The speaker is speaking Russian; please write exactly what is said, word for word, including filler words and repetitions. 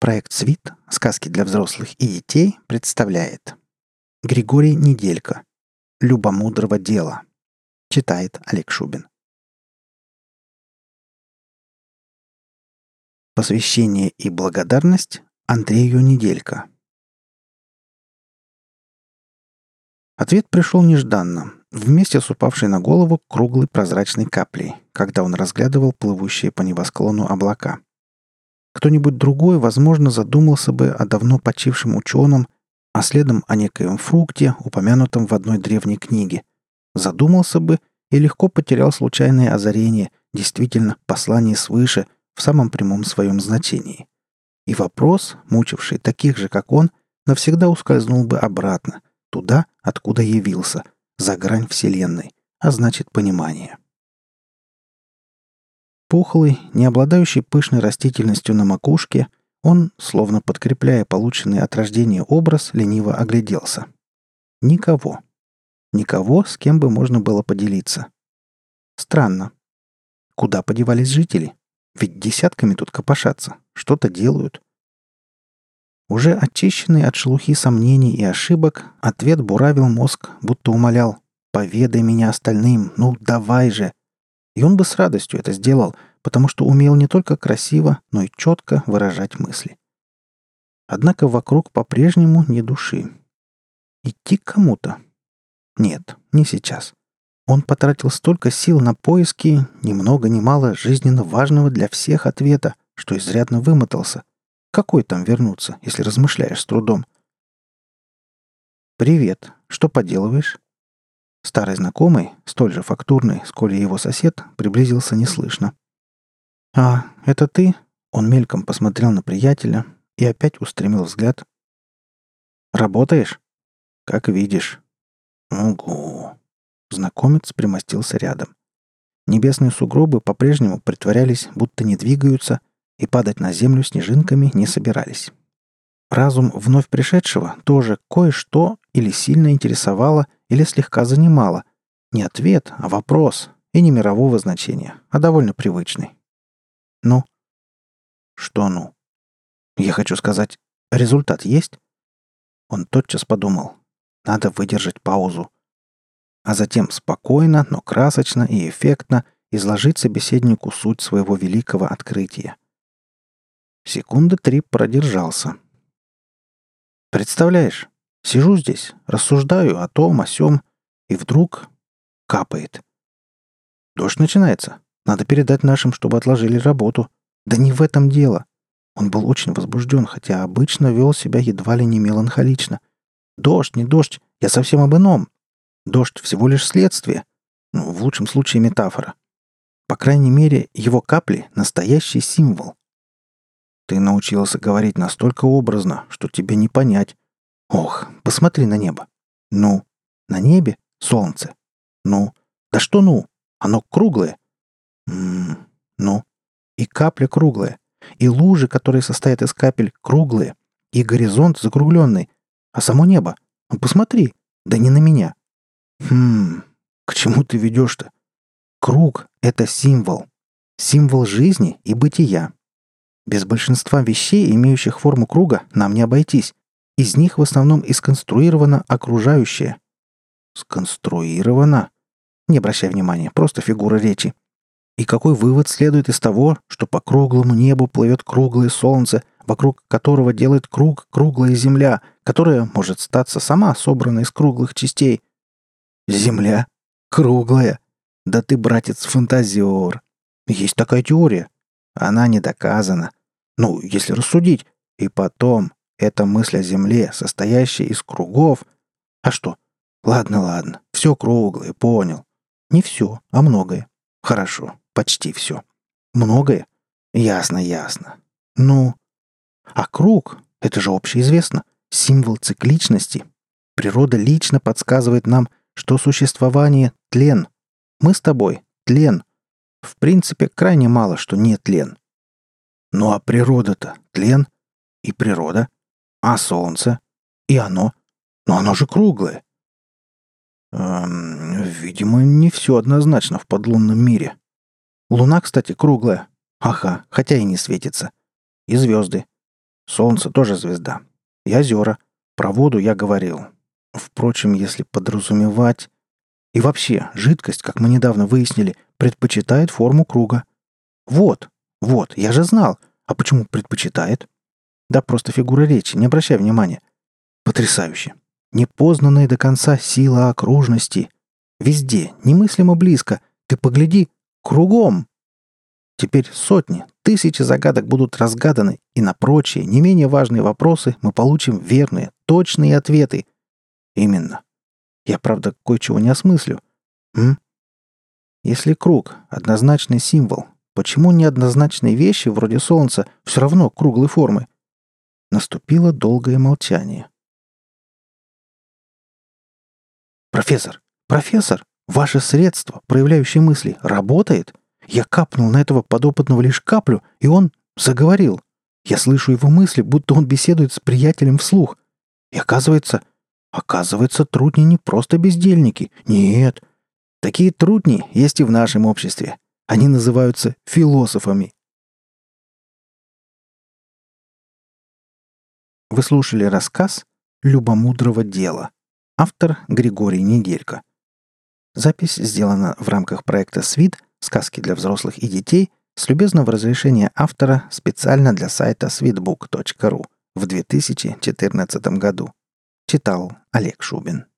Проект «Свит. Сказки для взрослых и детей» представляет Григорий Неделько. «Любомудрого дела». Читает Олег Шубин. Посвящение и благодарность Андрею Неделько. Ответ пришел нежданно, вместе с упавшей на голову круглой прозрачной каплей, когда он разглядывал плывущие по небосклону облака. Кто-нибудь другой, возможно, задумался бы о давно почившем ученом, а следом о некоем фрукте, упомянутом в одной древней книге. Задумался бы и легко потерял случайное озарение, действительно послание свыше, в самом прямом своем значении. И вопрос, мучивший таких же, как он, навсегда ускользнул бы обратно, туда, откуда явился, за грань Вселенной, а значит понимание. Пухлый, не обладающий пышной растительностью на макушке, он, словно подкрепляя полученный от рождения образ, лениво огляделся. Никого. Никого, с кем бы можно было поделиться. Странно. Куда подевались жители? Ведь десятками тут копошатся, что-то делают. Уже очищенный от шелухи сомнений и ошибок, ответ буравил мозг, будто умолял: «Поведай меня остальным, ну давай же!» И он бы с радостью это сделал, потому что умел не только красиво, но и четко выражать мысли. Однако вокруг по-прежнему ни души. Идти к кому-то? Нет, не сейчас. Он потратил столько сил на поиски, ни много ни мало жизненно важного для всех ответа, что изрядно вымотался. Какой там вернуться, если размышляешь с трудом? «Привет. Что поделываешь?» Старый знакомый, столь же фактурный, сколь и его сосед, приблизился неслышно. «А, это ты?» Он мельком посмотрел на приятеля и опять устремил взгляд. «Работаешь?» «Как видишь». «Угу». Знакомец примостился рядом. Небесные сугробы по-прежнему притворялись, будто не двигаются, и падать на землю снежинками не собирались. Разум вновь пришедшего тоже кое-что или сильно интересовало, или слегка занимало. Не ответ, а вопрос, и не мирового значения, а довольно привычный. «Ну?» «Что «ну»?» «Я хочу сказать, результат есть?» Он тотчас подумал. Надо выдержать паузу. А затем спокойно, но красочно и эффектно изложить собеседнику суть своего великого открытия. Секунды три продержался. «Представляешь, сижу здесь, рассуждаю о том, о сём, и вдруг капает. Дождь начинается. Надо передать нашим, чтобы отложили работу. Да не в этом дело». Он был очень возбужден, хотя обычно вел себя едва ли не меланхолично. «Дождь, не дождь, я совсем об ином. Дождь всего лишь следствие. Ну, в лучшем случае метафора. По крайней мере, его капли — настоящий символ. Ты научился говорить настолько образно, что тебе не понять. Ох, посмотри на небо. Ну, на небе солнце. Ну, да что ну? Оно круглое. М-м, ну, и капля круглая. И лужи, которые состоят из капель, круглые. И горизонт закругленный. А само небо? Ну, посмотри. Да не на меня. Хм, к чему ты ведешь-то? Круг — это символ. Символ жизни и бытия. Без большинства вещей, имеющих форму круга, нам не обойтись. Из них в основном и сконструировано окружающее. Сконструировано? Не обращай внимания, просто фигура речи. И какой вывод следует из того, что по круглому небу плывет круглое солнце, вокруг которого делает круг круглая земля, которая может статься сама собрана из круглых частей? Земля? Круглая? Да ты, братец, фантазер. Есть такая теория. Она не доказана. Ну, если рассудить. И потом, эта мысль о Земле, состоящая из кругов. А что? Ладно, ладно. Все круглое, понял. Не все, а многое. Хорошо, почти все. Многое? Ясно, ясно. Ну, а круг, это же общеизвестно, символ цикличности. Природа лично подсказывает нам, что существование — тлен. Мы с тобой — тлен. В принципе, крайне мало, что не тлен. Ну а природа-то тлен. И природа. А солнце. И оно. Но оно же круглое. Эм, видимо, не все однозначно в подлунном мире. Луна, кстати, круглая. Ага, хотя и не светится. И звезды. Солнце тоже звезда. И озера. Про воду я говорил. Впрочем, если подразумевать... И вообще, жидкость, как мы недавно выяснили, предпочитает форму круга. Вот, вот, я же знал. А почему предпочитает? Да просто фигура речи, не обращай внимания. Потрясающе. Непознанная до конца сила окружности. Везде, немыслимо близко. Ты погляди, кругом. Теперь сотни, тысячи загадок будут разгаданы, и на прочие, не менее важные вопросы мы получим верные, точные ответы. Именно. Я, правда, кое-чего не осмыслю. М? Если круг — однозначный символ, почему неоднозначные вещи, вроде солнца, все равно круглой формы? Наступило долгое молчание. «Профессор! Профессор! Ваше средство, проявляющее мысли, работает? Я капнул на этого подопытного лишь каплю, и он заговорил. Я слышу его мысли, будто он беседует с приятелем вслух. И оказывается... Оказывается, трутни не просто бездельники. Нет. Такие трутни есть и в нашем обществе. Они называются философами». Вы слушали рассказ «Любомудрого дела». Автор Григорий Неделько. Запись сделана в рамках проекта «СВИД. Сказки для взрослых и детей» с любезного разрешения автора специально для сайта свитбук точка ру в две тысячи четырнадцатом году. Читал Олег Шубин.